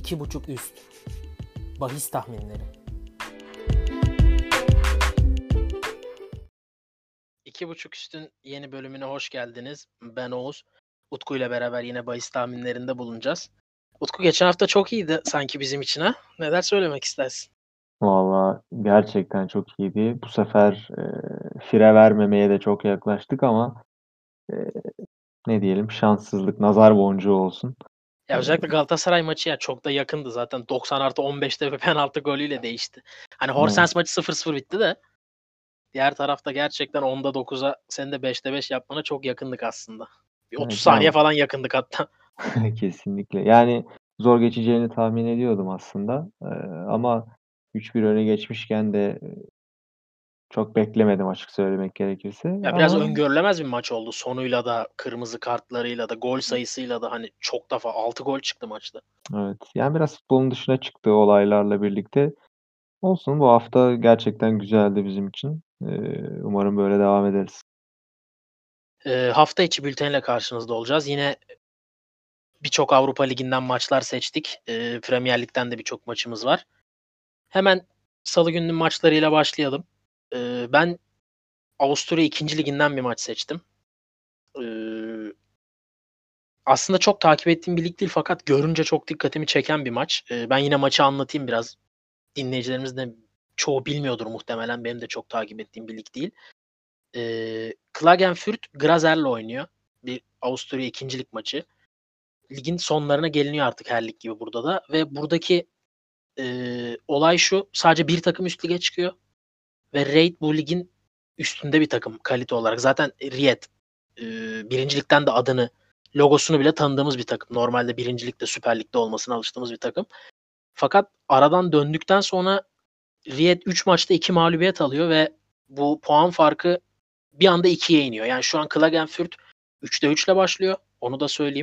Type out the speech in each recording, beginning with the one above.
2.5 üst. Bahis tahminleri. 2.5 üstün yeni bölümüne hoş geldiniz. Ben Oğuz. Utku ile beraber yine bahis tahminlerinde bulunacağız. Utku geçen hafta çok iyiydi sanki bizim için ha. Neler söylemek istersin? Valla gerçekten çok iyiydi. Bu sefer fire vermemeye de çok yaklaştık ama e, ne diyelim şanssızlık, nazar boncuğu olsun. Ya E, özellikle Galatasaray maçı ya çok da yakındı zaten. 90+15'te bir penaltı golüyle değişti. Hani Horsens maçı 0-0 bitti de diğer tarafta gerçekten 10'da 9'a sen de 5'te 5 yapmana çok yakındık aslında. Bir 30 evet, saniye falan yakındık hatta. kesinlikle. Yani zor geçeceğini tahmin ediyordum aslında. Ama 3-1 öne geçmişken de çok beklemedim açık söylemek gerekirse. Ya biraz Ama öngörülemez bir maç oldu. Sonuyla da, kırmızı kartlarıyla da, gol sayısıyla da hani çok defa 6 gol çıktı maçta. evet, yani biraz futbolun dışına çıktı olaylarla birlikte. Olsun, bu hafta gerçekten güzeldi bizim için. Umarım böyle devam ederiz. Hafta içi bültenle karşınızda olacağız. Yine birçok Avrupa Ligi'nden maçlar seçtik. Premier Lig'den de birçok maçımız var. Hemen Salı gününün maçlarıyla başlayalım. Ben Avusturya 2. Liginden bir maç seçtim. Aslında çok takip ettiğim bir lig değil fakat görünce çok dikkatimi çeken bir maç. Ben yine maçı anlatayım biraz. Dinleyicilerimiz de çoğu bilmiyordur muhtemelen. Benim de çok takip ettiğim bir lig değil. Klagenfurt Grazer'le oynuyor. Bir Avusturya 2. Lig maçı. Ligin sonlarına geliniyor artık her lig gibi burada da. Ve buradaki olay şu. Sadece bir takım üst lige çıkıyor. Ve Raid bu ligin üstünde bir takım kalite olarak. Zaten Ried 1. Lig'den de adını, logosunu bile tanıdığımız bir takım. Normalde 1. Lig'de, Süper Lig'de olmasına alıştığımız bir takım. Fakat aradan döndükten sonra Ried 3 maçta 2 mağlubiyet alıyor ve bu puan farkı bir anda 2'ye iniyor. Yani şu an Klagenfurt 3'te 3 ile başlıyor. Onu da söyleyeyim.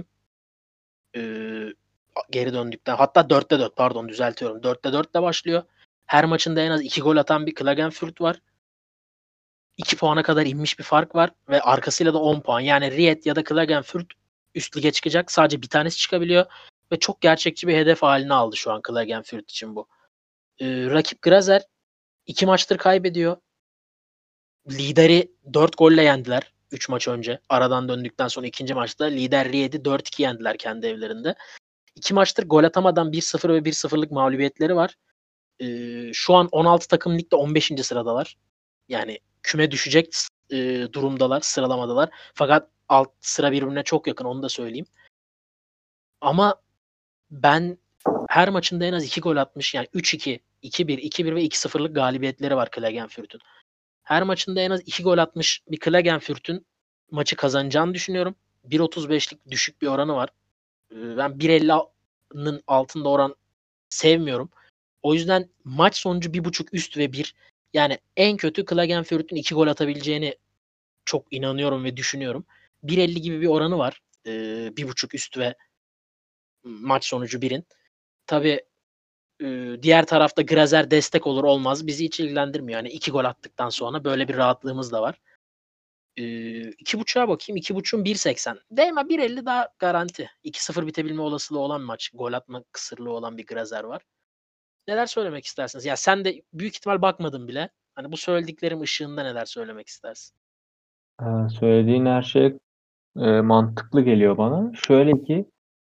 Geri döndükten, hatta 4'te 4, pardon düzeltiyorum. 4'te 4 ile başlıyor. Her maçında en az 2 gol atan bir Klagenfurt var. 2 puana kadar inmiş bir fark var ve arkasıyla da 10 puan. Yani Ried ya da Klagenfurt üst lige çıkacak. Sadece bir tanesi çıkabiliyor ve çok gerçekçi bir hedef haline aldı şu an Klagenfurt için bu. Rakip Grazer 2 maçtır kaybediyor. Lideri 4 golle yendiler 3 maç önce. Aradan döndükten sonra ikinci maçta lider Ried'i 4-2 yendiler kendi evlerinde. 2 maçtır gol atamadan 1-0 ve 1-0'lık mağlubiyetleri var. Şu an 16 takım ligde 15. sıradalar. Yani küme düşecek durumdalar, sıralamadalar. Fakat alt sıra birbirine çok yakın, onu da söyleyeyim. Ama ben her maçında en az 2 gol atmış, yani 3-2, 2-1, 2-1 ve 2-0'lık galibiyetleri var Klagenfurt'un. Her maçında en az 2 gol atmış bir Klagenfurt'un maçı kazanacağını düşünüyorum. 1.35'lik düşük bir oranı var. Ben 1.50'nın altında oran sevmiyorum. O yüzden maç sonucu 1.5 üst ve 1. Yani en kötü Klagenfurt'un 2 gol atabileceğini çok inanıyorum ve düşünüyorum. 1.50 gibi bir oranı var. 1.5 üst ve maç sonucu 1'in. Tabii diğer tarafta Grazer destek olur olmaz bizi hiç ilgilendirmiyor. Yani 2 gol attıktan sonra böyle bir rahatlığımız da var. 2.5'a bakayım. 2.5'un 1.80. Değme, 1.50 daha garanti. 2-0 bitebilme olasılığı olan maç. Gol atma kısırlığı olan bir Grazer var. Neler söylemek istersiniz? Ya sen de büyük ihtimal bakmadın bile. Hani bu söylediklerim ışığında neler söylemek istersin? Söylediğin her şey mantıklı geliyor bana. Şöyle ki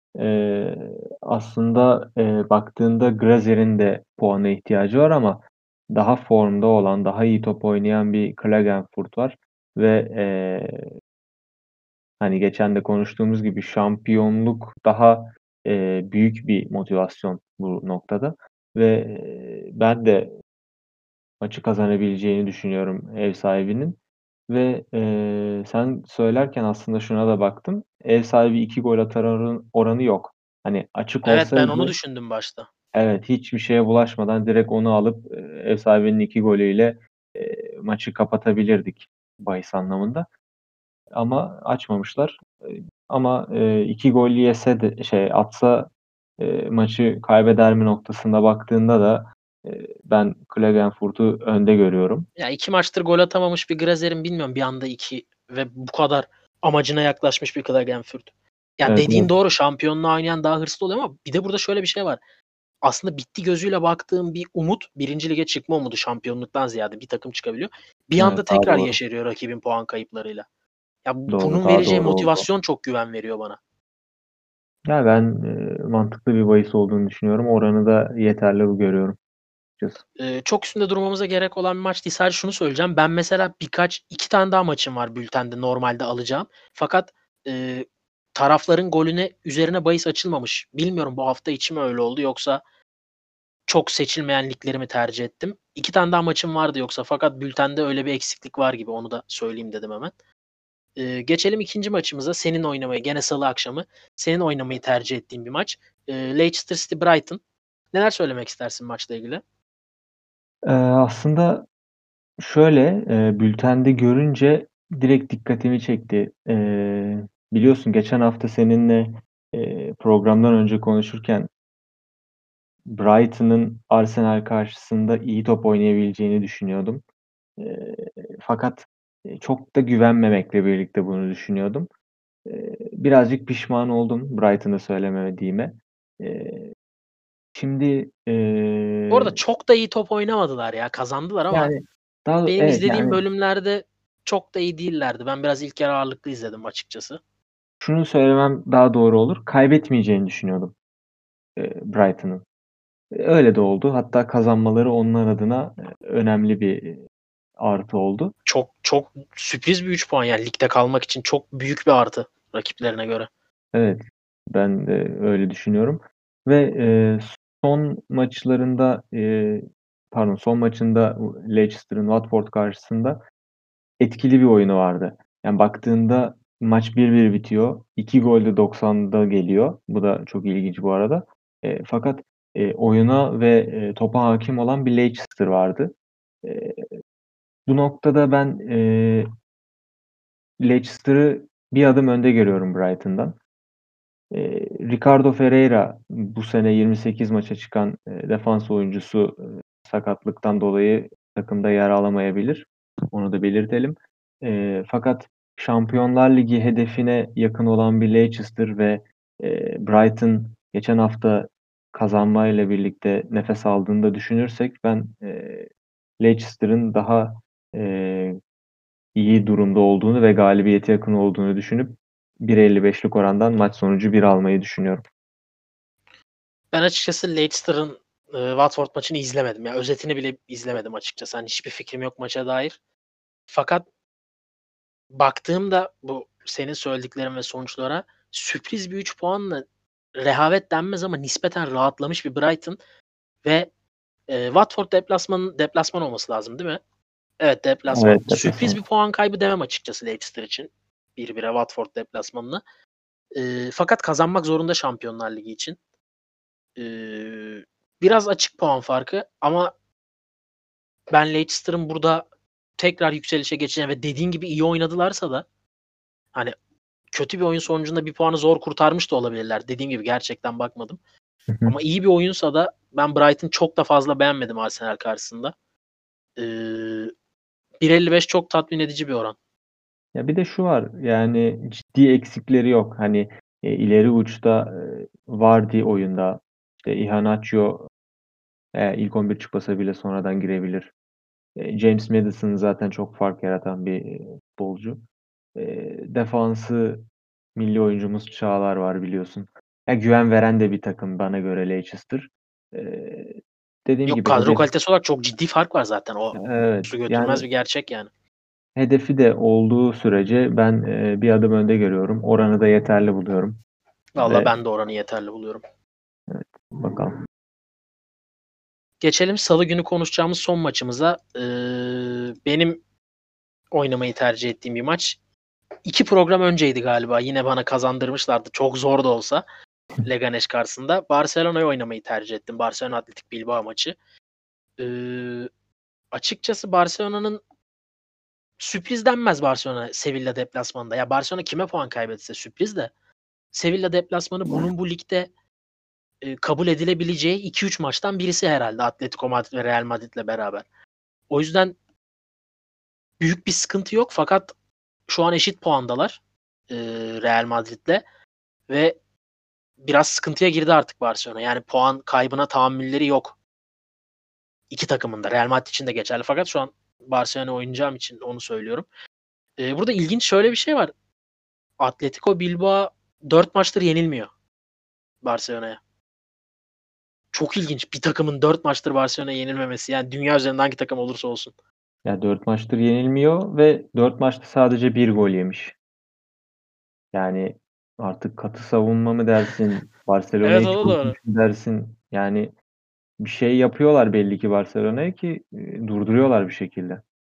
aslında baktığında Grazer'in de puana ihtiyacı var ama daha formda olan, daha iyi top oynayan bir Klagenfurt var ve hani geçen de konuştuğumuz gibi şampiyonluk daha büyük bir motivasyon bu noktada ve ben de maçı kazanabileceğini düşünüyorum ev sahibinin. Ve sen söylerken aslında şuna da baktım. Ev sahibi 2 gol atar oranı yok. Hani açık Evet, ben onu olsaydı düşündüm başta. evet, hiçbir şeye bulaşmadan direkt onu alıp ev sahibinin 2 golüyle maçı kapatabilirdik bahis anlamında. Ama açmamışlar. Ama 2 gol yese de atsa maçı kaybeder mi noktasında baktığında da ben Klagenfurt'u önde görüyorum. Ya 2 maçtır gol atamamış bir Grazer'in bilmiyorum bir anda 2 ve bu kadar amacına yaklaşmış bir Klagenfurt. Ya Evet, dediğin evet. doğru, şampiyonluğa oynayan daha hırslı oluyor ama bir de burada şöyle bir şey var. aslında bitti gözüyle baktığım bir umut, birinci lige çıkma umudu şampiyonluktan ziyade bir takım çıkabiliyor. Bir Evet, anda daha tekrar doğru. yeşeriyor rakibin puan kayıplarıyla. Ya Doğru, bunun daha vereceği doğru oldu. motivasyon çok güven veriyor bana. Ya ben mantıklı bir bahis olduğunu düşünüyorum. Oranı da yeterli görüyorum açıkçası. Çok üstünde durmamıza gerek olan bir maç değil. Sadece şunu söyleyeceğim. Ben mesela iki tane daha maçım var bültende normalde alacağım. Fakat tarafların golüne üzerine bahis açılmamış. Bilmiyorum bu hafta içi mi öyle oldu yoksa çok seçilmeyen ligleri mi tercih ettim? 2 tane daha maçım vardı yoksa fakat bültende öyle bir eksiklik var gibi. Onu da söyleyeyim dedim hemen. Geçelim ikinci maçımıza. Senin oynamayı gene salı akşamı senin oynamayı tercih ettiğin bir maç. Leicester City Brighton. Neler söylemek istersin maçla ilgili? Aslında şöyle, bültende görünce direkt dikkatimi çekti. Biliyorsun geçen hafta seninle, programdan önce konuşurken Brighton'ın Arsenal karşısında iyi top oynayabileceğini düşünüyordum. Eee, fakat, çok da güvenmemekle birlikte bunu düşünüyordum. Birazcık pişman oldum Brighton'ı söylemediğime. Eee, şimdi, Bu arada çok da iyi top oynamadılar ya. Kazandılar ama yani daha benim evet, izlediğim yani bölümlerde çok da iyi değillerdi. Ben biraz ilk yarı ağırlıklı izledim açıkçası. şunu söylemem daha doğru olur, kaybetmeyeceğini düşünüyordum, Brighton'ın. Öyle de oldu. Hatta kazanmaları onlar adına, önemli bir, artı oldu. Çok çok sürpriz bir 3 puan yani ligde kalmak için çok büyük bir artı rakiplerine göre. Evet, ben de öyle düşünüyorum ve, son maçlarında, son maçında Leicester'ın Watford karşısında etkili bir oyunu vardı. Yani baktığında maç 1-1 bitiyor. 2 gol de 90'da geliyor. Bu da çok ilginç bu arada. Fakat, oyuna ve, topa hâkim olan bir Leicester vardı. Eee, bu noktada ben, Leicester'ı bir adım önde görüyorum Brighton'dan. Ricardo Ferreira bu sene 28 maça çıkan, defans oyuncusu, sakatlıktan dolayı takımda yer alamayabilir. Onu da belirtelim. Fakat Şampiyonlar Ligi hedefine yakın olan bir Leicester ve, Brighton geçen hafta kazanmayla birlikte nefes aldığını da düşünürsek ben, Leicester'ın daha, eee, iyi durumda olduğunu ve galibiyete yakın olduğunu düşünüp 1.55'lik orandan maç sonucu 1 almayı düşünüyorum. Ben açıkçası Leicester'ın Watford maçını izlemedim. Ya özetini bile izlemedim açıkçası. Hani hiçbir fikrim yok maça dair. Fakat baktığımda bu senin söylediklerin ve sonuçlara sürpriz bir 3 puanla rehavet denmez ama nispeten rahatlamış bir Brighton ve Watford deplasman olması lazım değil mi? Evet, deplasman. Evet, Sürpriz deplasman. bir puan kaybı demem açıkçası Leicester için. 1-1'e Watford deplasmanına. Fakat kazanmak zorunda Şampiyonlar Ligi için. Eee, biraz açık puan farkı ama ben Leicester'ın burada tekrar yükselişe geçeceğini ve dediğin gibi iyi oynadılarsa da hani kötü bir oyun sonucunda bir puanı zor kurtarmış da olabilirler. Dediğim gibi gerçekten bakmadım. Hı hı. Ama iyi bir oyunsa da ben Brighton çok da fazla beğenmedim Arsenal karşısında. Eee 1.55 çok tatmin edici bir oran. Ya bir de şu var, yani ciddi eksikleri yok. Hani, ileri uçta, Vardy oyunda, işte Iheanacho, ilk 11 çıkmasa bile sonradan girebilir. James Maddison zaten çok fark yaratan bir, futbolcu. Defansı milli oyuncumuz Çağlar var biliyorsun. Ya güven veren de bir takım bana göre Leicester. Eee, dediğim Yok gibi kadro kalitesi olarak çok ciddi fark var zaten. O evet, su götürmez yani bir gerçek yani. hedefi de olduğu sürece ben, bir adım önde görüyorum. Oranı da yeterli buluyorum Valla ve ben de oranı yeterli buluyorum. evet, bakalım. Geçelim salı günü konuşacağımız son maçımıza. Benim oynamayı tercih ettiğim bir maç. 2 program önceydi galiba. Yine bana kazandırmışlardı. Çok zor da olsa Leganes karşısında. Barcelona'yı oynamayı tercih ettim. Barcelona Atletik Bilbao maçı. Eee, açıkçası Barcelona'nın sürpriz denmez Barcelona Sevilla deplasmanında. Ya Barcelona kime puan kaybetse sürpriz de. Sevilla deplasmanı bunun bu ligde kabul edilebileceği 2-3 maçtan birisi herhalde Atletico Madrid ve Real Madrid'le beraber. O yüzden büyük bir sıkıntı yok fakat şu an eşit puandalar Real Madrid'le ve biraz sıkıntıya girdi artık Barcelona. Yani puan kaybına tahammülleri yok. İki takımın da. Real Madrid için de geçerli. Fakat şu an Barcelona oynayacağım için onu söylüyorum. Burada ilginç şöyle bir şey var. Atletico Bilbao 4 maçtır yenilmiyor Barcelona'ya. Çok ilginç. Bir takımın 4 maçtır Barcelona'ya yenilmemesi. Yani dünya üzerinde hangi takım olursa olsun. Ya 4 maçtır yenilmiyor ve 4 maçta sadece 1 gol yemiş. Yani artık katı savunma mı dersin, Barcelona'yı Evet, o da doğru. çökmüş mü dersin? Yani bir şey yapıyorlar belli ki Barcelona'ya ki durduruyorlar bir şekilde.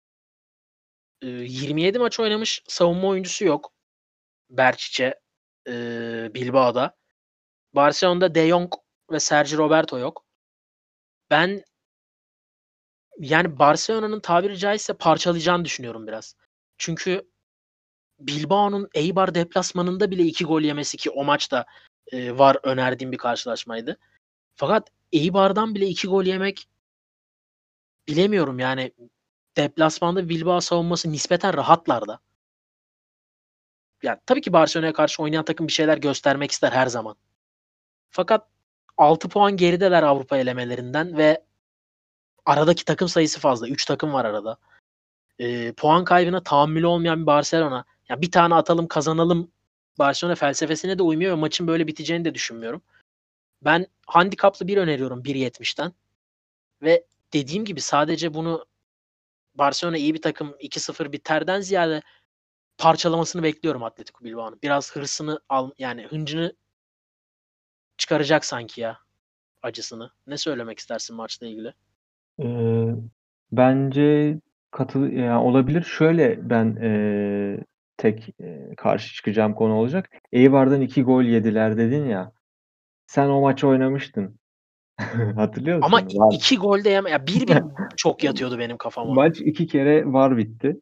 27 maç oynamış savunma oyuncusu yok. Berchiche Bilbao'da. Barcelona'da De Jong ve Sergio Roberto yok. Ben yani Barcelona'nın tabiri caizse parçalayacağını düşünüyorum biraz. Çünkü Bilbao'nun Eibar deplasmanında bile 2 gol yemesi, ki o maçta var önerdiğim bir karşılaşmaydı. Fakat Eibar'dan bile 2 gol yemek, bilemiyorum yani. Deplasmanda Bilbao savunması nispeten rahatlar da. Yani tabii ki Barcelona'ya karşı oynayan takım bir şeyler göstermek ister her zaman. Fakat 6 puan gerideler Avrupa elemelerinden ve aradaki takım sayısı fazla. 3 takım var arada. Puan kaybına tahammülü olmayan bir Barcelona. Yani bir tane atalım kazanalım Barcelona felsefesine de uymuyor ve maçın böyle biteceğini de düşünmüyorum. Ben handikaplı bir öneriyorum 1.70'ten. Ve dediğim gibi sadece bunu Barcelona iyi bir takım 2-0 biterden ziyade parçalamasını bekliyorum Atletico Bilbao'nun. Biraz hırsını yani hıncını çıkaracak sanki ya, acısını. Ne söylemek istersin maçla ilgili? Ee, Bence yani olabilir. Şöyle ben tek karşı çıkacağım konu olacak. Eibar'dan 2 gol yediler dedin ya. Sen o maçı oynamıştın. Hatırlıyor Ama musun? Var. 2 gol de yeme. Ya 1-1 çok yatıyordu benim kafama. Maç 2 kere var bitti.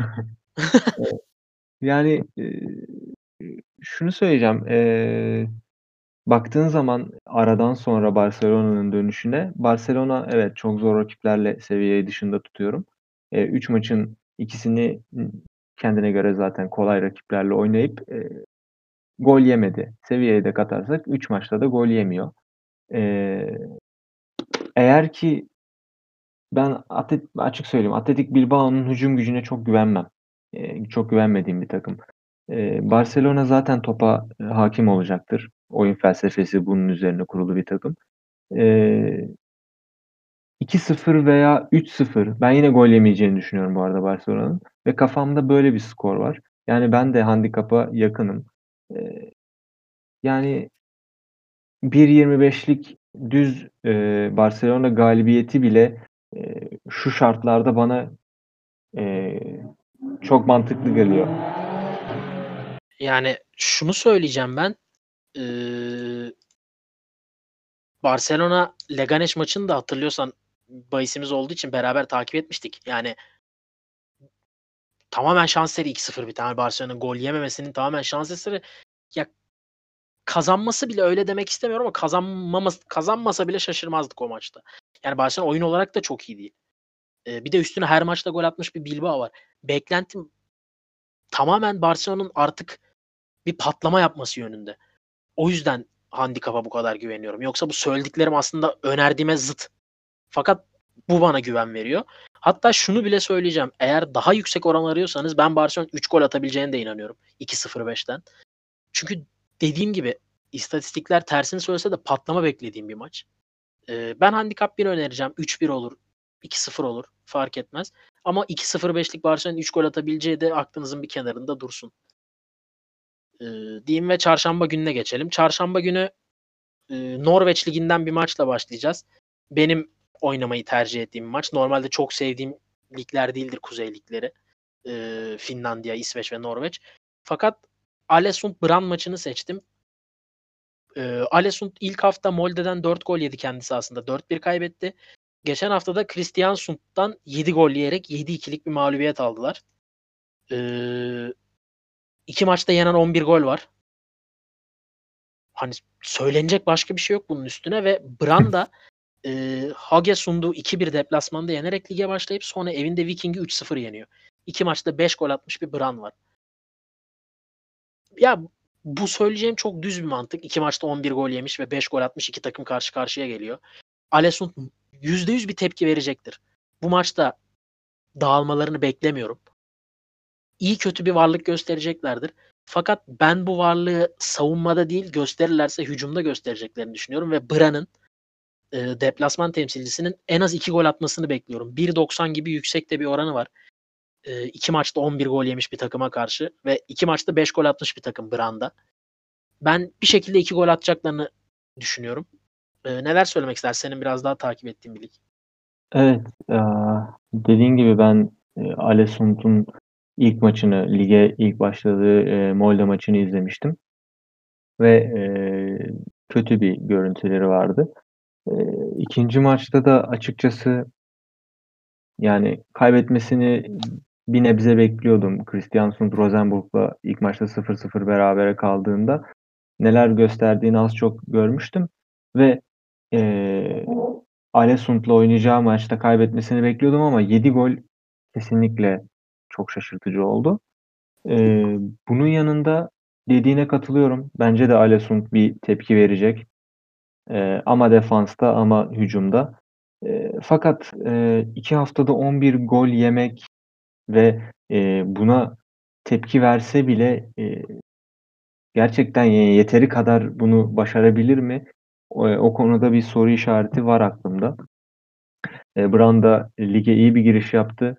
Yani şunu söyleyeceğim. Baktığın zaman aradan sonra Barcelona'nın dönüşüne, Barcelona evet çok zor rakiplerle seviyeyi dışında tutuyorum. 3 maçın ikisini kendine göre zaten kolay rakiplerle oynayıp gol yemedi. Seviyeyi de katarsak 3 maçta da gol yemiyor. Eğer ki ben açık söyleyeyim, Atletik Bilbao'nun hücum gücüne çok güvenmem. Çok güvenmediğim bir takım. Barcelona zaten topa hakim olacaktır. Oyun felsefesi bunun üzerine kurulu bir takım. 2-0 veya 3-0. Ben yine gol yemeyeceğini düşünüyorum bu arada Barcelona'nın. Ve kafamda böyle bir skor var. Yani ben de handikapa yakınım. Yani 1.25'lik düz Barcelona galibiyeti bile şu şartlarda bana çok mantıklı geliyor. Yani şunu söyleyeceğim ben. Barcelona Leganes maçını da hatırlıyorsan bahisimiz olduğu için beraber takip etmiştik. Yani tamamen şans eseri 2-0 bir tane Barcelona'nın gol yememesinin tamamen şans eseri. Ya kazanması bile öyle demek istemiyorum ama kazanmasa bile şaşırmazdık o maçta. Yani Barcelona oyun olarak da çok iyi değil. Bir de üstüne her maçta gol atmış bir Bilbao var. Beklentim tamamen Barcelona'nın artık bir patlama yapması yönünde. O yüzden handikapa bu kadar güveniyorum. Yoksa bu söylediklerim aslında önerdiğime zıt. Fakat bu bana güven veriyor. Hatta şunu bile söyleyeceğim. Eğer daha yüksek oran arıyorsanız ben Barcelona'nın 3 gol atabileceğine de inanıyorum. 2-0-5'ten. Çünkü dediğim gibi istatistikler tersini söylese de patlama beklediğim bir maç. Ben handikap 1 önereceğim. 3-1 olur. 2-0 olur. Fark etmez. Ama 2-0-5'lik Barcelona'nın 3 gol atabileceği de aklınızın bir kenarında dursun. Diyeyim ve çarşamba gününe geçelim. Çarşamba günü Norveç Ligi'nden bir maçla başlayacağız. Benim oynamayı tercih ettiğim maç. Normalde çok sevdiğim ligler değildir kuzey ligleri. Finlandiya, İsveç ve Norveç. Fakat Alesund Brann maçını seçtim. Alesund ilk hafta Molde'den 4 gol yedi kendisi aslında. 4-1 kaybetti. Geçen hafta da Kristiansund'dan 7 gol yiyerek 7-2'lik bir mağlubiyet aldılar. 2 maçta yenen 11 gol var. Hani söylenecek başka bir şey yok bunun üstüne ve Brann da Hagesund'u 2-1 deplasmanda yenerek lige başlayıp sonra evinde Viking'i 3-0 yeniyor. 2 maçta 5 gol atmış bir Brann var. Ya bu söyleyeceğim çok düz bir mantık. 2 maçta 11 gol yemiş ve 5 gol atmış 2 takım karşı karşıya geliyor. Alessund %100 bir tepki verecektir. Bu maçta dağılmalarını beklemiyorum. İyi kötü bir varlık göstereceklerdir. Fakat ben bu varlığı savunmada değil gösterirlerse hücumda göstereceklerini düşünüyorum ve Brann'ın deplasman temsilcisinin en az 2 gol atmasını bekliyorum. 1.90 gibi yüksek de bir oranı var. 2 maçta 11 gol yemiş bir takıma karşı ve 2 maçta 5 gol atmış bir takım Brann'da. Ben bir şekilde 2 gol atacaklarını düşünüyorum. Neler söylemek istersin? Senin biraz daha takip ettiğin bir lig. Evet, dediğin gibi ben Alessund'un ilk maçını, lige ilk başladığı Molde maçını izlemiştim ve kötü bir görüntüleri vardı. İkinci maçta da açıkçası yani kaybetmesini bir nebze bekliyordum. Kristiansund Rosenborg'la ilk maçta 0-0 berabere kaldığında neler gösterdiğini az çok görmüştüm ve Alessund'la oynayacağı maçta kaybetmesini bekliyordum ama 7 gol kesinlikle çok şaşırtıcı oldu. Bunun yanında dediğine katılıyorum. Bence de Alessund bir tepki verecek. Ama defansta ama hücumda. Fakat 2 haftada 11 gol yemek ve buna tepki verse bile gerçekten yeteri kadar bunu başarabilir mi? O konuda bir soru işareti var aklımda. Branda lige iyi bir giriş yaptı.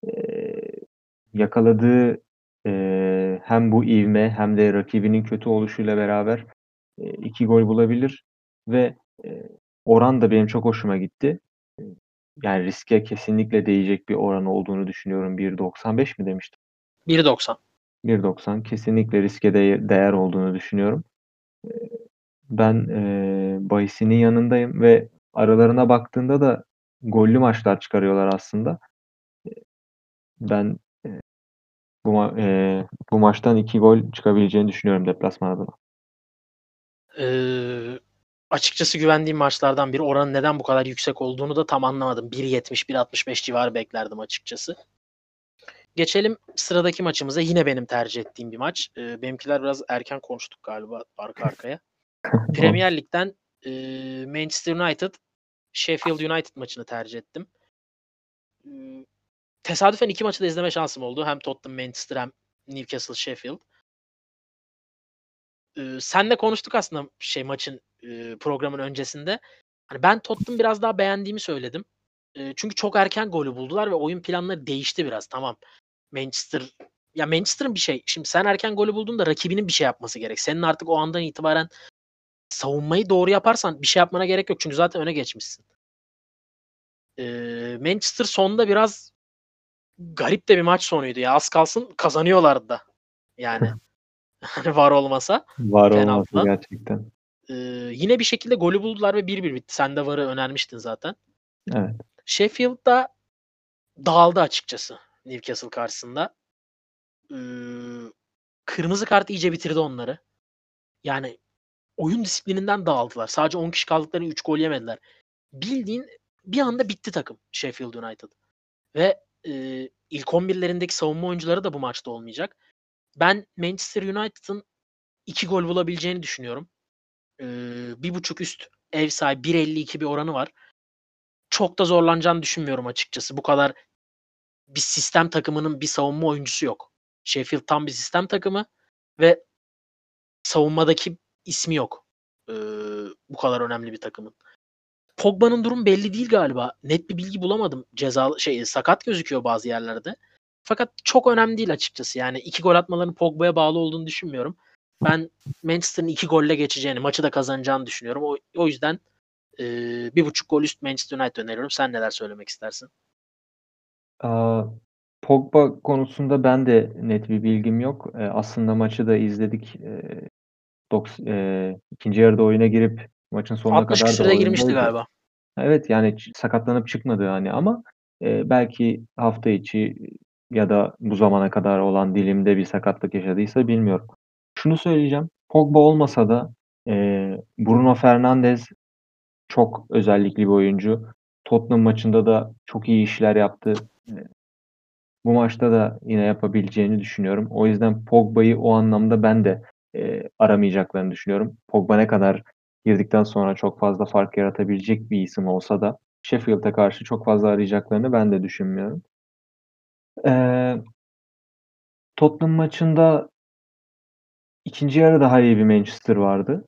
Yakaladığı hem bu ivme hem de rakibinin kötü oluşuyla beraber 2 gol bulabilir ve oran da benim çok hoşuma gitti. Yani riske kesinlikle değecek bir oran olduğunu düşünüyorum. 1.95 mi demiştim? 1.90. 1.90 kesinlikle riske değer olduğunu düşünüyorum. Ben bahisinin yanındayım ve aralarına baktığında da gollü maçlar çıkarıyorlar aslında. Ben bu maçtan 2 gol çıkabileceğini düşünüyorum deplasman adına. Açıkçası güvendiğim maçlardan biri. Oranın neden bu kadar yüksek olduğunu da tam anlamadım. 1.70, 1.65 civarı beklerdim açıkçası. Geçelim sıradaki maçımıza. Yine benim tercih ettiğim bir maç. Benimkiler biraz erken konuştuk galiba arka arkaya. Premier Lig'den Manchester United, Sheffield United maçını tercih ettim. Tesadüfen 2 maçı da izleme şansım oldu. Hem Tottenham Manchester hem Newcastle Sheffield. Senle konuştuk aslında maçın programın öncesinde. Hani ben Tottenham'ı biraz daha beğendiğimi söyledim. Çünkü çok erken golü buldular ve oyun planları değişti biraz. Tamam. Manchester'ın bir şey. Şimdi sen erken golü bulduğunda rakibinin bir şey yapması gerek. Senin artık o andan itibaren savunmayı doğru yaparsan bir şey yapmana gerek yok. Çünkü zaten öne geçmişsin. Manchester sonunda biraz garip de bir maç sonuydu ya. Az kalsın kazanıyorlardı da. Yani hani var olmasa Var olması penaltıdan. gerçekten. Yine bir şekilde golü buldular ve 1-1 bitti. Sen de VAR'ı önermiştin zaten. Evet. Sheffield'da dağıldı açıkçası Newcastle karşısında. Kırmızı kart iyice bitirdi onları. Yani oyun disiplininden dağıldılar. Sadece 10 kişi kaldıkları 3 gol yemediler. Bildiğin bir anda bitti takım Sheffield United. Ve ilk 11'lerindeki savunma oyuncuları da bu maçta olmayacak. Ben Manchester United'ın 2 gol bulabileceğini düşünüyorum. 1.5 üst ev sahibi 1.52 bir oranı var. Çok da zorlanacağını düşünmüyorum açıkçası. Bu kadar bir sistem takımının bir savunma oyuncusu yok. Sheffield tam bir sistem takımı ve savunmadaki ismi yok. Bu kadar önemli bir takımın. Pogba'nın durum belli değil galiba. Net bir bilgi bulamadım. Sakat gözüküyor bazı yerlerde. Fakat çok önemli değil açıkçası. Yani 2 gol atmalarının Pogba'ya bağlı olduğunu düşünmüyorum. Ben Manchester'ın 2 golle geçeceğini, maçı da kazanacağını düşünüyorum. O yüzden 1.5 gol üst Manchester United öneriyorum. Sen neler söylemek istersin? Pogba konusunda ben de net bir bilgim yok. Aslında maçı da izledik. İkinci yarıda oyuna girip maçın sonuna 60 kadar da küsürde girmişti oyundaydı. galiba. Evet, yani sakatlanıp çıkmadı hani ama belki hafta içi ya da bu zamana kadar olan dilimde bir sakatlık yaşadıysa bilmiyorum. Şunu söyleyeceğim. Pogba olmasa da Bruno Fernandes çok özellikli bir oyuncu. Tottenham maçında da çok iyi işler yaptı. Bu maçta da yine yapabileceğini düşünüyorum. O yüzden Pogba'yı o anlamda ben de aramayacaklarını düşünüyorum. Pogba ne kadar girdikten sonra çok fazla fark yaratabilecek bir isim olsa da Sheffield'e karşı çok fazla arayacaklarını ben de düşünmüyorum. Tottenham maçında ikinci yarı daha iyi bir Manchester vardı.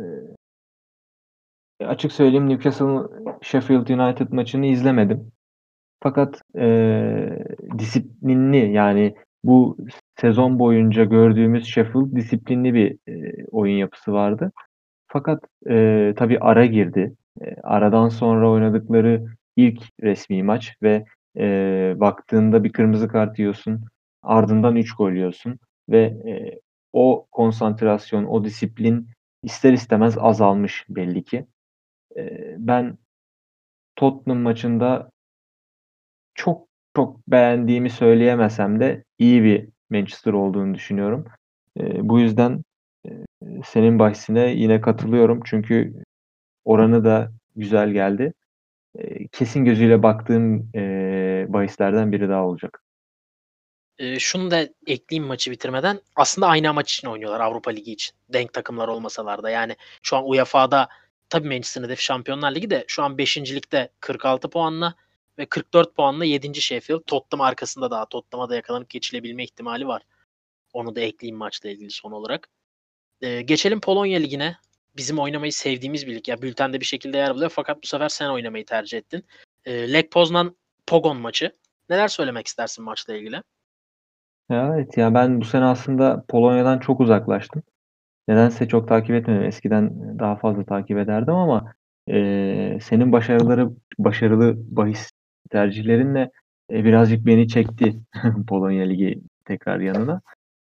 Açık söyleyeyim, Newcastle Sheffield United maçını izlemedim. Fakat disiplinli, yani bu sezon boyunca gördüğümüz Sheffield disiplinli bir oyun yapısı vardı. Fakat tabii ara girdi. Aradan sonra oynadıkları ilk resmi maç ve baktığında bir kırmızı kart yiyorsun. Ardından 3 gol yiyorsun ve o konsantrasyon, o disiplin ister istemez azalmış belli ki. Ben Tottenham maçında çok çok beğendiğimi söyleyemesem de iyi bir Manchester olduğunu düşünüyorum. Bu yüzden senin bahsine yine katılıyorum. Çünkü oranı da güzel geldi. Kesin gözüyle baktığım bahislerden biri daha olacak. Şunu da ekleyeyim maçı bitirmeden. Aslında aynı amaç için oynuyorlar, Avrupa Ligi için. Denk takımlar olmasalar da. Yani şu an UEFA'da tabii Manchester'ın hedefi Şampiyonlar Ligi de şu an 5.likte 46 puanla ve 44 puanla 7. Sheffield. Tottenham arkasında daha. Tottenham'a da yakalanıp geçilebilme ihtimali var. Onu da ekleyeyim maçla ilgili son olarak. Geçelim Polonya Ligi'ne. Bizim oynamayı sevdiğimiz bir lig. Ya bültende bir şekilde yer buluyor fakat bu sefer sen oynamayı tercih ettin. Lech Poznan Pogon maçı. Neler söylemek istersin maçla ilgili? Evet ya, ben bu sene aslında Polonya'dan çok uzaklaştım. Nedense çok takip etmedim. Eskiden daha fazla takip ederdim ama senin başarılı bahis tercihlerinle birazcık beni çekti Polonya Ligi tekrar yanına.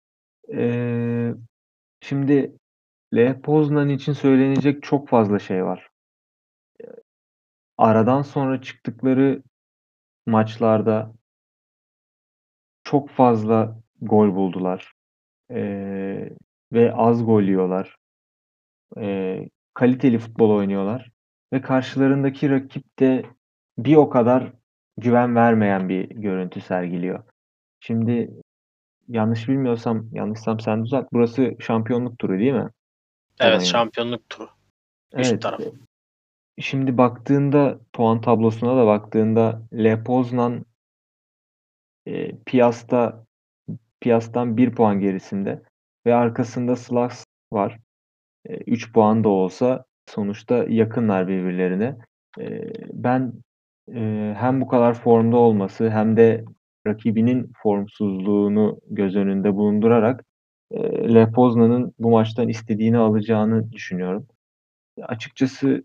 Şimdi Lech Poznan için söylenecek çok fazla şey var. Aradan sonra çıktıkları maçlarda çok fazla gol buldular. Ve az gol yiyorlar. Kaliteli futbol oynuyorlar ve karşılarındaki rakip de bir o kadar güven vermeyen bir görüntü sergiliyor. Şimdi yanlışsam sen düzelt. Burası şampiyonluk turu değil mi? Evet, Polonya'nın. şampiyonluk turu. Üst Evet. taraf. Şimdi baktığında, puan tablosuna da baktığında Lech Poznan Piast'tan 1 puan gerisinde ve arkasında Slavs var. 3 puan da olsa sonuçta yakınlar birbirlerine. Ben hem bu kadar formda olması hem de rakibinin formsuzluğunu göz önünde bulundurarak Lech Poznan'ın bu maçtan istediğini alacağını düşünüyorum. Açıkçası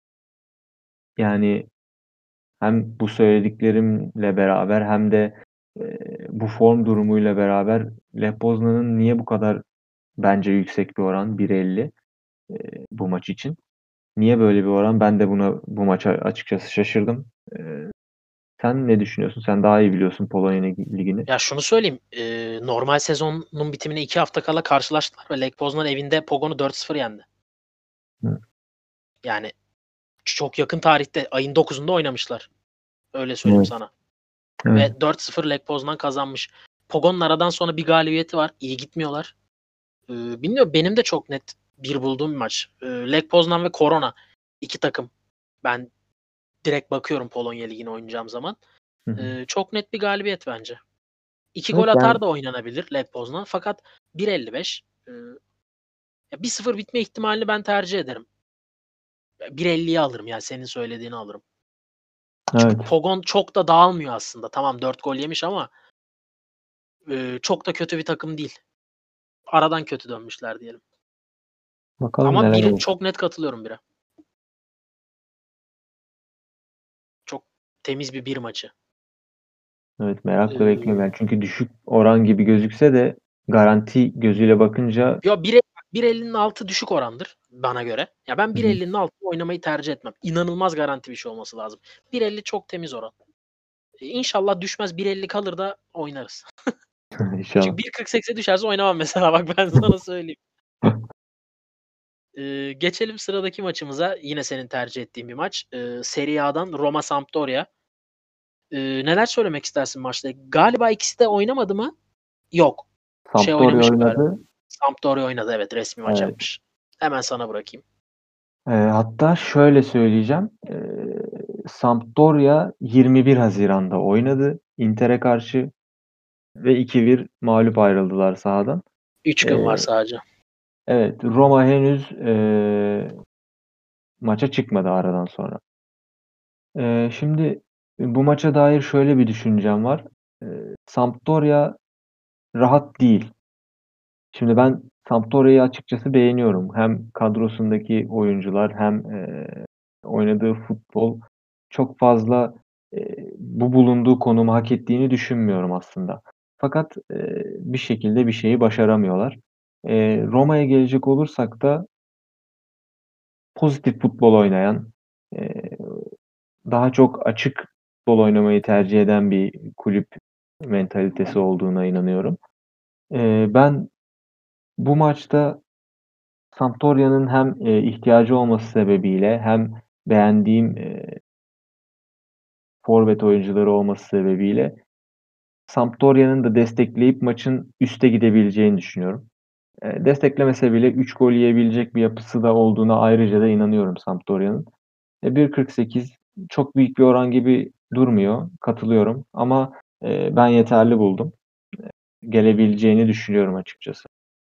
yani hem bu söylediklerimle beraber hem de bu form durumuyla beraber Lech Poznan'ın niye bu kadar bence yüksek bir oran 1.50 bu maç için? Niye böyle bir oran? Ben de bu maça açıkçası şaşırdım. Sen ne düşünüyorsun? Sen daha iyi biliyorsun Polonya Ligi'ni. Ya şunu söyleyeyim. Normal sezonun bitimine 2 hafta kala karşılaştılar ve Lech Poznan evinde Pogon'u 4-0 yendi. Hı. Yani çok yakın tarihte ayın 9'unda oynamışlar. Öyle söyleyeyim Evet. sana. Evet. Ve 4-0 Lech Poznan kazanmış. Pogon'un aradan sonra bir galibiyeti var. İyi gitmiyorlar. Bilmiyorum, benim de çok net bir bulduğum bir maç. Lech Poznan ve Korona. 2 takım. Ben direkt bakıyorum Polonya Ligi'ne oynayacağım zaman. Hı hı. Çok net bir galibiyet bence. 2 Evet, gol atar da oynanabilir Lech Poznan. Fakat 1.55 1-0 bitme ihtimalini ben tercih ederim. 1.50'yi alırım, yani senin söylediğini alırım. Çünkü evet. Pogon çok da dağılmıyor aslında. Tamam 4 gol yemiş ama çok da kötü bir takım değil. Aradan kötü dönmüşler diyelim. Bakalım Ama neler biri olur. çok net katılıyorum bire. Çok temiz bir maçı. Evet, merakla Ee, bekliyorum yani. Çünkü düşük oran gibi gözükse de garanti gözüyle bakınca 1.50'nin altı düşük orandır bana göre. Ya ben hı hı. 1.50'nin altında oynamayı tercih etmem. İnanılmaz garanti bir şey olması lazım. 1.50 çok temiz oran. İnşallah düşmez, 1.50 kalır da oynarız. İnşallah. Çünkü 1.48'e düşerse oynamam mesela, bak ben sana söyleyeyim. Geçelim sıradaki maçımıza. Yine senin tercih ettiğin bir maç. Serie A'dan Roma Sampdoria. Neler söylemek istersin maçta? Galiba ikisi de oynamadı mı? Yok. Sampdoria Oynamış galiba. oynadı. Sampdoria oynadı, evet, resmi maç Evet. yapmış. Hemen sana bırakayım. Hatta şöyle söyleyeceğim. Sampdoria 21 Haziran'da oynadı Inter'e karşı ve 2-1 mağlup ayrıldılar sahadan. 3 gün var sadece. Evet, Roma henüz maça çıkmadı aradan sonra. Şimdi bu maça dair şöyle bir düşüncem var. Sampdoria rahat değil. Şimdi ben Sampdoria'yı açıkçası beğeniyorum. Hem kadrosundaki oyuncular hem oynadığı futbol çok fazla bu bulunduğu konumu hak ettiğini düşünmüyorum aslında. Fakat bir şekilde bir şeyi başaramıyorlar. Roma'ya gelecek olursak da pozitif futbol oynayan, eee, daha çok açık futbol oynamayı tercih eden bir kulüp mentalitesi olduğuna inanıyorum. Ben bu maçta Sampdoria'nın hem ihtiyacı olması sebebiyle hem beğendiğim forvet oyuncuları olması sebebiyle Sampdoria'nın da destekleyip maçın üste gidebileceğini düşünüyorum. Desteklemese bile 3 gol yiyebilecek bir yapısı da olduğuna ayrıca da inanıyorum Sampdoria'nın. 1.48 çok büyük bir oran gibi durmuyor. Katılıyorum ama ben yeterli buldum. Gelebileceğini düşünüyorum açıkçası.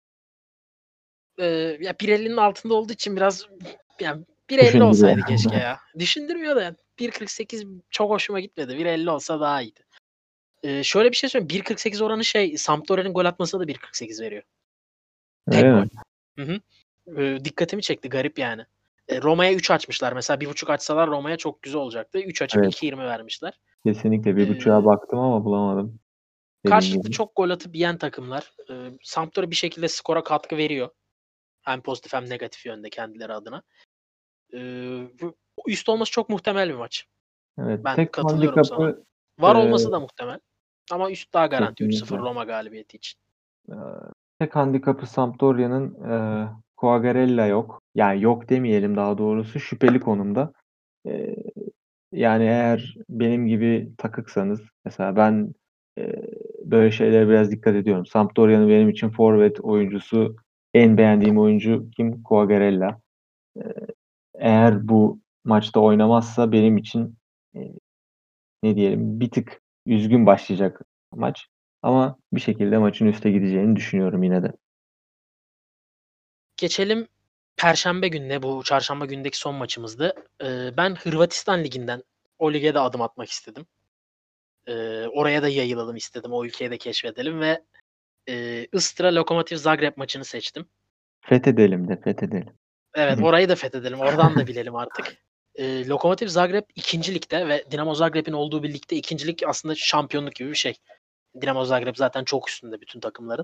Ya 1.50'nin altında olduğu için biraz, yani 1.50 Düşündürüyor. olsaydı keşke ya. Düşündürmüyor da 1.48 çok hoşuma gitmedi. 1.50 olsa daha iyiydi. Şöyle bir şey söyleyeyim. 1.48 oranı Sampdoria'nın gol atmasına da 1.48 veriyor. Öyle Tek gol. mi? Hı hı. Dikkatimi çekti. Garip yani. Roma'ya 3 açmışlar. Mesela 1.5 açsalar Roma'ya çok güzel olacaktı. 3 açıp Evet. 2.20 vermişler. Kesinlikle. 1.5'a Eee baktım ama bulamadım. Dediğin Karşılıklı gibi. çok gol atıp yiyen takımlar. Sampdoria bir şekilde skora katkı veriyor. Hem pozitif hem negatif yönde kendileri adına. Bu üst olması çok muhtemel bir maç. Evet. Ben Tek katılıyorum sana. handikapı Var eee, olması da muhtemel. Ama üst daha garanti. 3-0 kesinlikle. Roma galibiyeti için. Eee, Tek handikapı Sampdoria'nın Quagliarella yok. Yani yok demeyelim daha doğrusu. Şüpheli konumda. Eee, Yani eğer benim gibi takıksanız mesela ben eee, böyle şeylere biraz dikkat ediyorum. Sampdoria'nın benim için forvet oyuncusu en beğendiğim oyuncu kim? Quagliarella. Eee, Eğer bu maçta oynamazsa benim için eee, ne diyelim bir tık üzgün başlayacak maç. Ama bir şekilde maçın üste gideceğini düşünüyorum yine de. Geçelim perşembe gününe. Bu çarşamba günündeki son maçımızdı. Ben Hırvatistan Ligi'nden o lige de adım atmak istedim. Oraya da yayılalım istedim. O ülkeyi de keşfedelim ve Istra Lokomotiv Zagreb maçını seçtim. Fethedelim de fethedelim. Evet, orayı da fethedelim. Oradan da bilelim artık. Lokomotiv Zagreb 2. ligde ve Dinamo Zagreb'in olduğu bir ligde 2. lig aslında şampiyonluk gibi bir şey. Dinamo Zagreb zaten çok üstünde bütün takımların.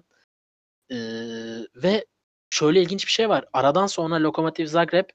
Ve şöyle ilginç bir şey var. Aradan sonra Lokomotiv Zagreb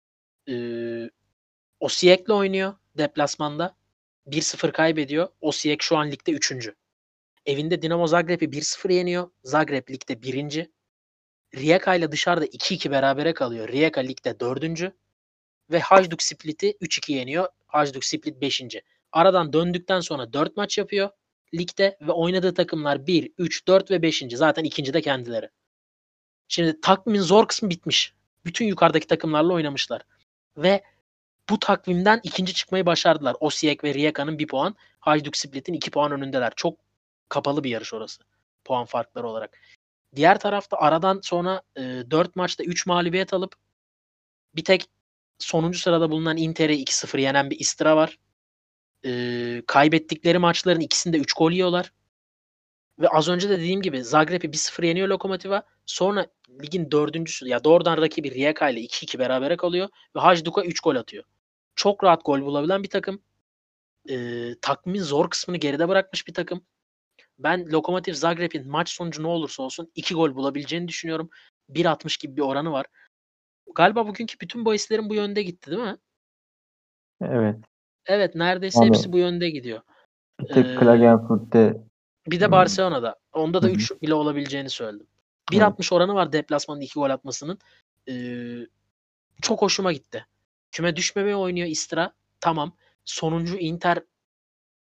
Osijek'le oynuyor deplasmanda. 1-0 kaybediyor. Osijek şu an ligde 3. Evinde Dinamo Zagreb'i 1-0 yeniyor. Zagreb ligde 1. Rijeka ile dışarıda 2-2 berabere kalıyor. Rijeka ligde 4. Ve Hajduk Split'i 3-2 yeniyor. Hajduk Split 5. Aradan döndükten sonra 4 maç yapıyor ligde ve oynadığı takımlar 1, 3, 4 ve 5. Zaten 2. de kendileri. Şimdi takvimin zor kısmı bitmiş. Bütün yukarıdaki takımlarla oynamışlar. Ve bu takvimden 2. çıkmayı başardılar. Osijek ve Rijeka'nın 1 puan, Hajduk Split'in 2 puan önündeler. Çok kapalı bir yarış orası puan farkları olarak. Diğer tarafta aradan sonra 4 maçta 3 mağlubiyet alıp bir tek sonuncu sırada bulunan Inter'i 2-0 yenen bir Istra var. Kaybettikleri maçların ikisinde 3 gol yiyorlar. Ve az önce de dediğim gibi Zagreb'i 1-0 yeniyor Lokomotiva. Sonra ligin 4.'sü ya doğrudan rakibi Rijeka ile 2-2 berabere kalıyor ve Hajduk'a 3 gol atıyor. Çok rahat gol bulabilen bir takım. Takvimin zor kısmını geride bırakmış bir takım. Ben Lokomotiv Zagreb'in maç sonucu ne olursa olsun 2 gol bulabileceğini düşünüyorum. 1.60 gibi bir oranı var. Galiba bugünkü bütün bahislerin bu yönde gitti değil mi? Evet. Evet, neredeyse hepsi Yani bu yönde gidiyor. bir tek Eee, Klagenfurt'te Bir de ımm, Barcelona'da. Onda hı da hı, 3 bile olabileceğini söyledim. evet. 1.60 oranı var deplasmanda 2 gol atmasının. Eee, Çok hoşuma gitti. Küme düşmemeye oynuyor Istra. Tamam. Sonuncu Inter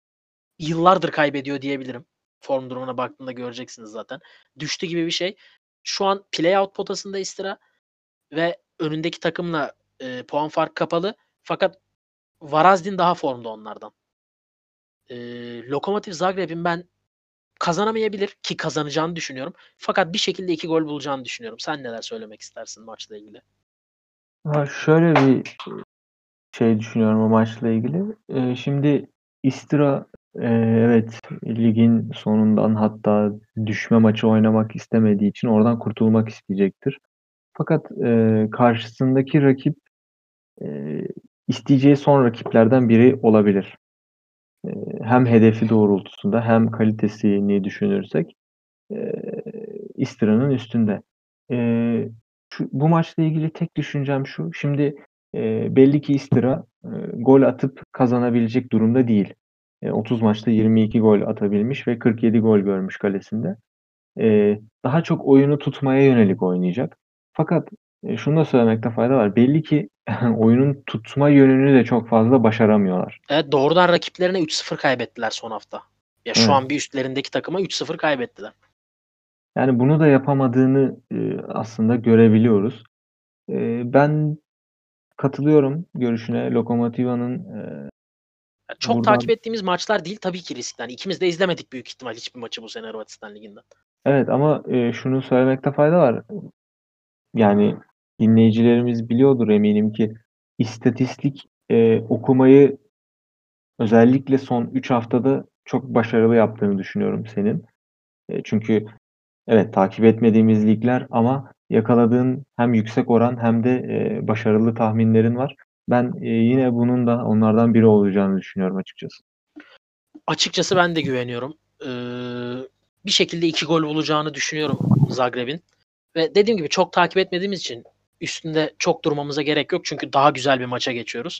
yıllardır kaybediyor diyebilirim. Form durumuna baktığında göreceksiniz zaten. Düştü gibi bir şey. Şu an play-out potasında Istra ve önündeki takımla puan farkı kapalı. Fakat Varazdin daha formda onlardan. Lokomotiv Zagreb'in ben kazanamayabilir ki kazanacağını düşünüyorum. Fakat bir şekilde 2 gol bulacağını düşünüyorum. Sen neler söylemek istersin maçla ilgili? Şöyle bir şey düşünüyorum o maçla ilgili. Şimdi Istra evet ligin sonundan hatta düşme maçı oynamak istemediği için oradan kurtulmak isteyecektir. Fakat karşısındaki rakip isteyeceği son rakiplerden biri olabilir. Hem hedefi doğrultusunda hem kalitesini düşünürsek Istra'nın üstünde. Bu maçla ilgili tek düşüncem şu. Şimdi belli ki Istra gol atıp kazanabilecek durumda değil. 30 maçta 22 gol atabilmiş ve 47 gol görmüş kalesinde. Daha çok oyunu tutmaya yönelik oynayacak. Fakat şunu da söylemekte fayda var. Belli ki oyunun tutma yönünü de çok fazla başaramıyorlar. Evet, doğrudan rakiplerine 3-0 kaybettiler son hafta. Ya şu Evet. an bir üstlerindeki takıma 3-0 kaybettiler. Yani bunu da yapamadığını aslında görebiliyoruz. Ben katılıyorum görüşüne. Lokomotiva'nın Yani çok buradan takip ettiğimiz maçlar değil tabii ki riskten. İkimiz de izlemedik büyük ihtimal hiçbir maçı bu sene Hırvatistan Ligi'nden. evet ama şunu söylemekte fayda var. Yani dinleyicilerimiz biliyordur eminim ki istatistik okumayı özellikle son 3 haftada çok başarılı yaptığını düşünüyorum senin. Çünkü evet takip etmediğimiz ligler ama yakaladığın hem yüksek oran hem de başarılı tahminlerin var. Ben yine bunun da onlardan biri olacağını düşünüyorum açıkçası. Açıkçası ben de güveniyorum. Bir şekilde 2 gol bulacağını düşünüyorum Zagreb'in. Ve dediğim gibi çok takip etmediğimiz için üstünde çok durmamıza gerek yok. Çünkü daha güzel bir maça geçiyoruz.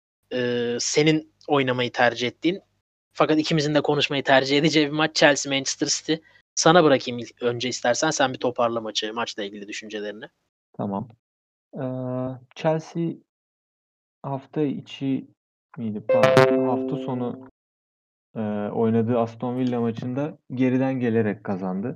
Senin oynamayı tercih ettiğin fakat ikimizin de konuşmayı tercih edeceği bir maç Chelsea Manchester City. Sana bırakayım önce istersen sen bir toparla maçla ilgili düşüncelerini. Tamam. Chelsea hafta içi miydi? Pardon. Hafta sonu oynadığı Aston Villa maçında geriden gelerek kazandı.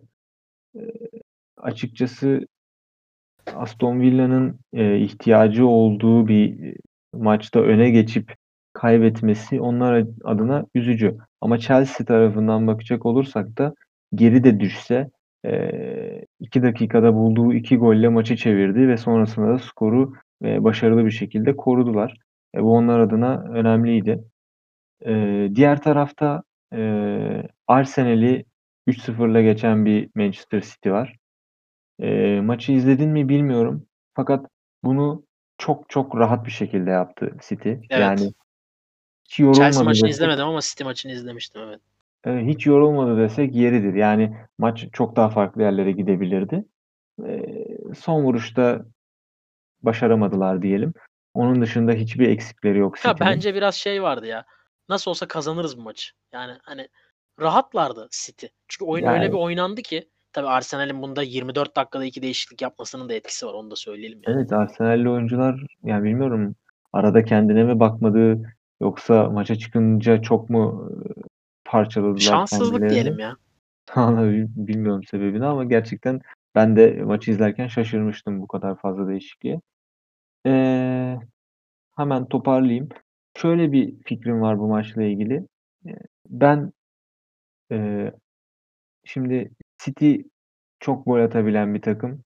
Açıkçası Aston Villa'nın ihtiyacı olduğu bir maçta öne geçip kaybetmesi onlar adına üzücü. Ama Chelsea tarafından bakacak olursak da geri de düşse 2 dakikada bulduğu 2 golle maçı çevirdi ve sonrasında da skoru başarılı bir şekilde korudular. Bu onlar adına önemliydi. Diğer tarafta Arsenal'i 3-0'la geçen bir Manchester City var. Maçı izledin mi bilmiyorum. Fakat bunu çok çok rahat bir şekilde yaptı City. Evet. Yani hiç Chelsea yorulmadı maçını desek, izlemedim ama City maçını izlemiştim, evet. hiç yorulmadı desek yeridir. Yani maç çok daha farklı yerlere gidebilirdi. Son vuruşta başaramadılar diyelim. Onun dışında hiçbir eksikleri yok Ya City'nin. bence biraz şey vardı ya. Nasıl olsa kazanırız bu maçı. Yani hani rahatlardı City. Çünkü oyun öyle bir Yani oynandı ki tabii Arsenal'in bunda 24 dakikada 2 değişiklik yapmasının da etkisi var. Onu da söyleyelim yani. evet Arsenal'li oyuncular yani bilmiyorum arada kendine mi bakmadı yoksa maça çıkınca çok mu parçaladılar Şanssızlık kendilerini? diyelim ya. Vallahi bilmiyorum sebebini ama gerçekten ben de maçı izlerken şaşırmıştım bu kadar fazla değişikliğe. Eee, Hemen toparlayayım. Şöyle bir fikrim var bu maçla ilgili. Ben eee, şimdi City çok gol atabilen bir takım.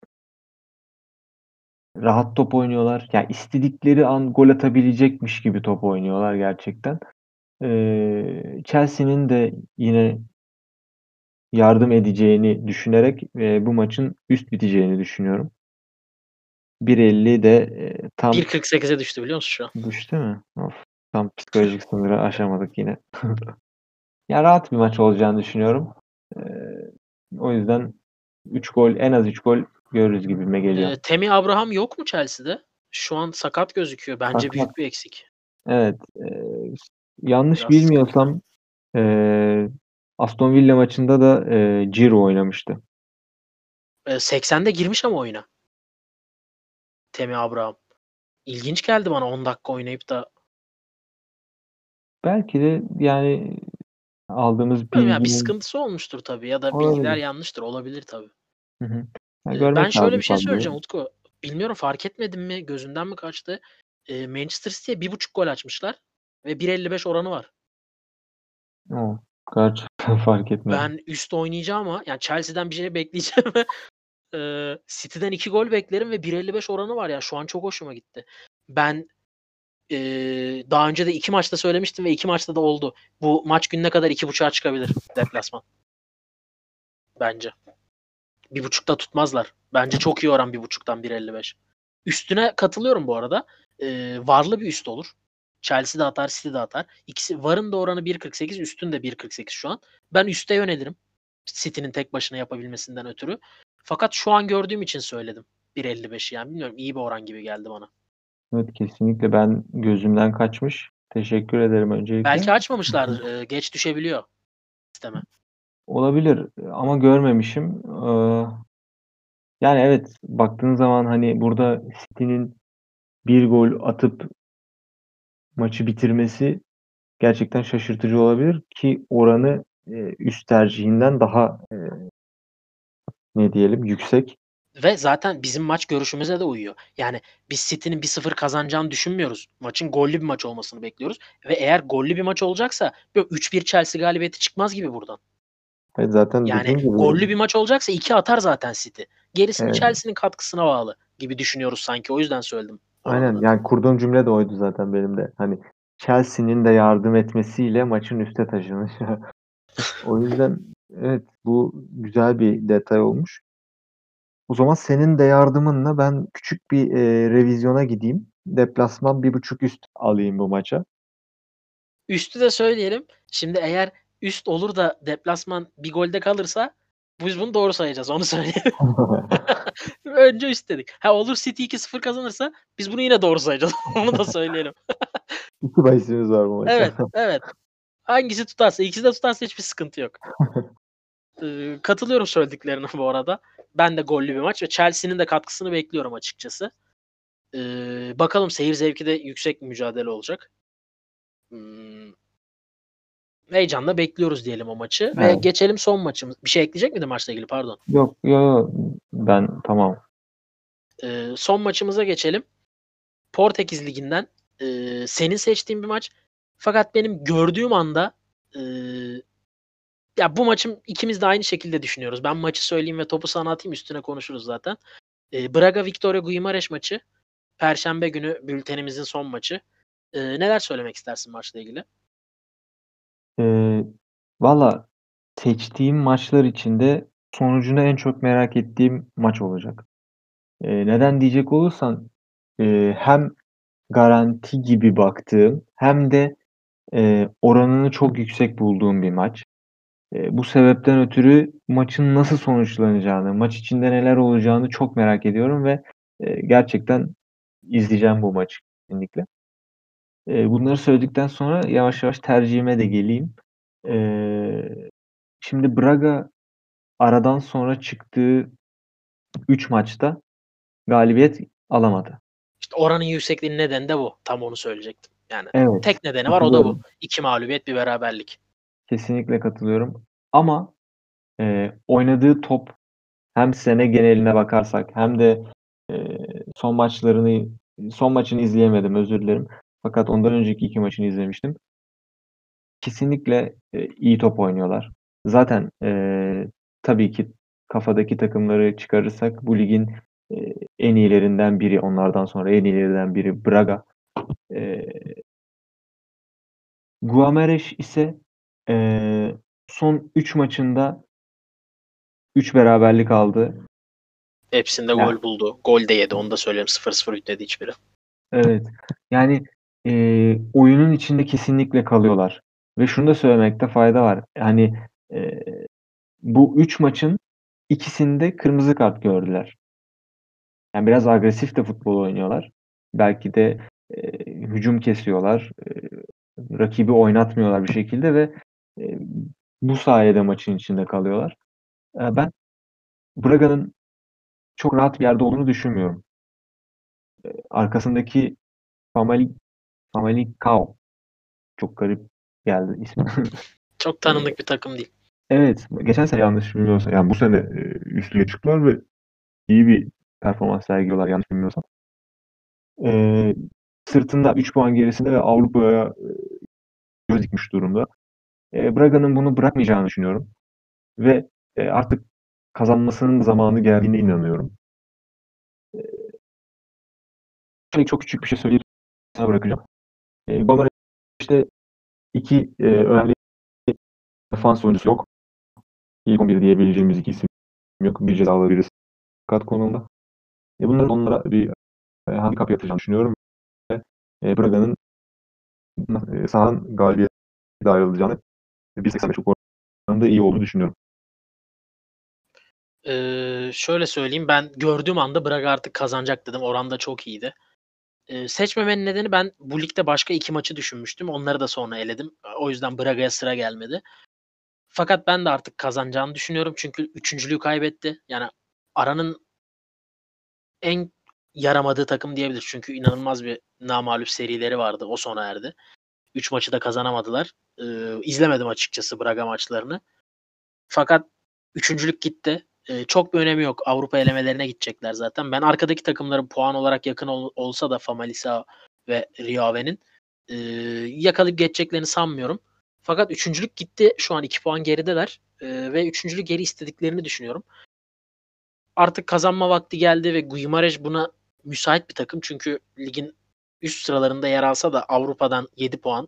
Rahat top oynuyorlar. Yani istedikleri an gol atabilecekmiş gibi top oynuyorlar gerçekten. Chelsea'nin de yine yardım edeceğini düşünerek bu maçın üst biteceğini düşünüyorum. 1.50 de tam 1.48'e düştü biliyor musun şu an? düştü mü? Of, tam psikolojik sınırı aşamadık yine. Ya rahat bir maç olacağını düşünüyorum. O yüzden 3 gol, en az 3 gol görürüz gibime geliyor. Tammy Abraham yok mu Chelsea'de? Şu an sakat gözüküyor. Bence Sakat. büyük bir eksik. Evet. Yanlış Biraz sıkıntı. bilmiyorsam Aston Villa maçında da Ciro oynamıştı. 80'de girmiş ama oyuna. Tammy Abraham. İlginç geldi bana 10 dakika oynayıp da. Belki de yani aldığımız Bilmiyorum ya, bir bilginin sıkıntısı olmuştur tabii ya da bilgiler olabilir. yanlıştır. Olabilir tabii. Hı hı. Yani Ben görmek şöyle lazım bir şey kadroyu. söyleyeceğim Utku. Bilmiyorum fark etmedin mi? Gözünden mi kaçtı? Manchester City'ye 1,5 gol açmışlar ve 1.55 oranı var. O gerçekten fark etmedim. Ben üst oynayacağım ama yani Chelsea'den bir şey bekleyeceğim ama City'den 2 gol beklerim ve 1.55 oranı var ya. Şu an çok hoşuma gitti. Ben daha önce de 2 maçta söylemiştim ve 2 maçta da oldu. Bu maç gününe kadar 2.5'a çıkabilir deplasman. Bence. 1.5'da tutmazlar. Bence çok iyi oran 1.5'tan 1.55. Üstüne katılıyorum bu arada. Varlı bir üst olur. Chelsea de atar, City de atar. İkisi varın da oranı 1.48, üstün de 1.48 şu an. Ben üste yönelirim. City'nin tek başına yapabilmesinden ötürü. Fakat şu an gördüğüm için söyledim. 1.55 yani bilmiyorum iyi bir oran gibi geldi bana. Evet, kesinlikle ben gözümden kaçmış. Teşekkür ederim öncelikle. Belki açmamışlardır. Geç düşebiliyor sisteme. Olabilir ama görmemişim. Yani evet, baktığın zaman hani burada City'nin bir gol atıp maçı bitirmesi gerçekten şaşırtıcı olabilir ki oranı üst tercihinden daha ne diyelim yüksek. Ve zaten bizim maç görüşümüze de uyuyor. Yani biz City'nin 1-0 kazanacağını düşünmüyoruz. Maçın gollü bir maç olmasını bekliyoruz. Ve eğer gollü bir maç olacaksa böyle 3-1 Chelsea galibiyeti çıkmaz gibi buradan. Evet, zaten Yani dediğin gibi gollü bir maç olacaksa 2 atar zaten City. Gerisini evet, Chelsea'nin katkısına bağlı gibi düşünüyoruz sanki. O yüzden söyledim aynen oranını. yani kurduğum cümle de oydu zaten benim de. Hani Chelsea'nin de yardım etmesiyle maçın üste taşımış. O yüzden evet, bu güzel bir detay olmuş. O zaman senin de yardımınla ben küçük bir revizyona gideyim. Deplasman 1.5 üst alayım bu maça. Üstü de söyleyelim. Şimdi eğer üst olur da deplasman bir golde kalırsa biz bunu doğru sayacağız. Onu söyleyelim. Önce üst dedik. Ha olur City 2-0 kazanırsa biz bunu yine doğru sayacağız. Onu da söyleyelim. İki bahisimiz var bu maça. Evet, evet. Hangisi tutarsa, ikisi de tutarsa hiçbir sıkıntı yok. Katılıyorum söylediklerine bu arada. Ben de gollü bir maç ve Chelsea'nin de katkısını bekliyorum açıkçası. Bakalım seyir zevki de yüksek bir mücadele olacak. Heyecanla bekliyoruz diyelim o maçı ve Evet. geçelim son maçımız. Bir şey ekleyecek miydin maçla ilgili? Pardon. Yok, ben tamam. Son maçımıza geçelim. Portekiz Ligi'nden senin seçtiğin bir maç. Fakat benim gördüğüm anda ya bu maçın ikimiz de aynı şekilde düşünüyoruz. Ben maçı söyleyeyim ve topu sana atayım üstüne konuşuruz zaten. Braga Victoria Guimarães maçı. Perşembe günü bültenimizin son maçı. Neler söylemek istersin maçla ilgili? Valla seçtiğim maçlar içinde sonucunu en çok merak ettiğim maç olacak. Neden diyecek olursan hem garanti gibi baktığım hem de oranını çok yüksek bulduğum bir maç. Bu sebepten ötürü maçın nasıl sonuçlanacağını, maç içinde neler olacağını çok merak ediyorum ve gerçekten izleyeceğim bu maçı kesinlikle. Bunları söyledikten sonra yavaş yavaş tercihime de geleyim. Şimdi Braga aradan sonra çıktığı 3 maçta galibiyet alamadı. İşte oranın yüksekliğinin nedeni de bu. Tam onu söyleyecektim. Yani Evet, tek nedeni var o da bu. katılıyorum. 2 mağlubiyet bir beraberlik. Kesinlikle katılıyorum. Ama oynadığı top hem sene geneline bakarsak hem de son son maçını izleyemedim, özür dilerim. Fakat ondan önceki 2 maçını izlemiştim. Kesinlikle iyi top oynuyorlar. Zaten tabii ki kafadaki takımları çıkarırsak bu ligin en iyilerinden biri, onlardan sonra en iyilerinden biri Braga. Eee Guimarães ise son 3 maçında 3 beraberlik aldı. Hepsinde Ya gol buldu. Gol de yedi. Onu da söyleyeyim. 0-0 bitmedi hiçbiri. evet. Yani oyunun içinde kesinlikle kalıyorlar. Ve şunu da söylemekte fayda var. Yani bu 3 maçın ikisinde kırmızı kart gördüler. Yani biraz agresif de futbol oynuyorlar. Belki de hücum kesiyorlar. Rakibi oynatmıyorlar bir şekilde ve eee, bu sayede maçın içinde kalıyorlar. Ben Braga'nın çok rahat bir yerde olduğunu düşünmüyorum. Arkasındaki Famalicão, çok garip geldi ismi. Çok Eee, tanındık bir takım değil. evet, geçen sene yanlış bilmiyorsam yani bu sene üst lige çıktılar ve iyi bir performans sergiliyorlar yanlış bilmiyorsam. Sırtında 3 puan gerisinde ve Avrupa'ya göz dikmiş durumda. Braga'nın bunu bırakmayacağını düşünüyorum. Ve artık kazanmasının zamanı geldiğine inanıyorum. Çok küçük bir şey söyleyip sana bırakacağım. Gomer işte iki önemli defans oyuncusu yok. İlk 11 diyebileceğimiz iki isim yok. Bir cezalı birisi sakat konumda. Bunların onlara bir handikap yaratacağını düşünüyorum. Ve Braga'nın sahanın galibiyete ayrılacağını 1.85 oranında iyi olduğunu düşünüyorum. Şöyle söyleyeyim, ben gördüğüm anda Braga artık kazanacak dedim. Oran da çok iyiydi. Seçmemenin nedeni, ben bu ligde başka 2 maçı düşünmüştüm. Onları da sonra eledim. O yüzden Braga'ya sıra gelmedi. Fakat ben de artık kazanacağını düşünüyorum. Çünkü üçüncülüğü kaybetti. Yani aranın en yaramadığı takım diyebiliriz. Çünkü inanılmaz bir namağlup serileri vardı. O sona erdi. 3 maçı da kazanamadılar. İzlemedim açıkçası Braga maçlarını. Fakat üçüncülük gitti. Çok bir önemi yok. Avrupa elemelerine gidecekler zaten. Ben arkadaki takımların puan olarak yakın olsa da Famalicão ve Rio Ave'nin yakalayıp geçeceklerini sanmıyorum. Fakat üçüncülük gitti. Şu an 2 puan gerideler. Ve üçüncülük geri istediklerini düşünüyorum. Artık kazanma vakti geldi ve Guimarães buna müsait bir takım. Çünkü ligin üst sıralarında yer alsa da Avrupa'dan 7 puan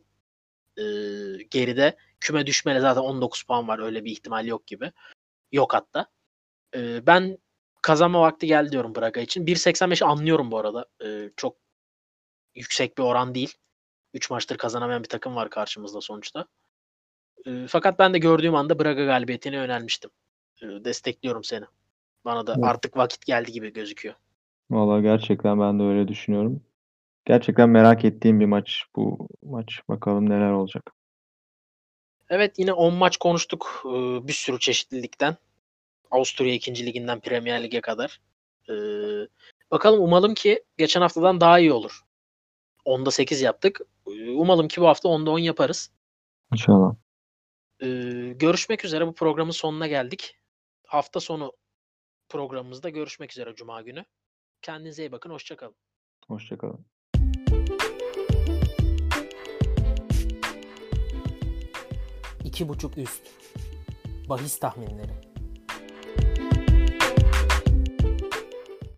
geride. Küme düşmeyle zaten 19 puan var. Öyle bir ihtimal yok gibi. Yok hatta. Ben kazanma vakti geldi diyorum Braga için. 1.85'i anlıyorum bu arada. Çok yüksek bir oran değil. 3 maçtır kazanamayan bir takım var karşımızda sonuçta. Fakat ben de gördüğüm anda Braga galibiyetine yönelmiştim. Destekliyorum seni. Bana da Evet. artık vakit geldi gibi gözüküyor. Vallahi gerçekten ben de öyle düşünüyorum. Gerçekten merak ettiğim bir maç bu maç. Bakalım neler olacak. Evet, yine 10 maç konuştuk. Bir sürü çeşitlilikten. Avusturya 2. Liginden Premier Lig'e kadar. Bakalım, umalım ki geçen haftadan daha iyi olur. 10'da 8 yaptık. Umalım ki bu hafta 10'da 10 yaparız. İnşallah. Görüşmek üzere. Bu programın sonuna geldik. Hafta sonu programımızda görüşmek üzere Cuma günü. Kendinize iyi bakın. Hoşça kalın. Hoşçakalın. 2.5 üst. Bahis tahminleri.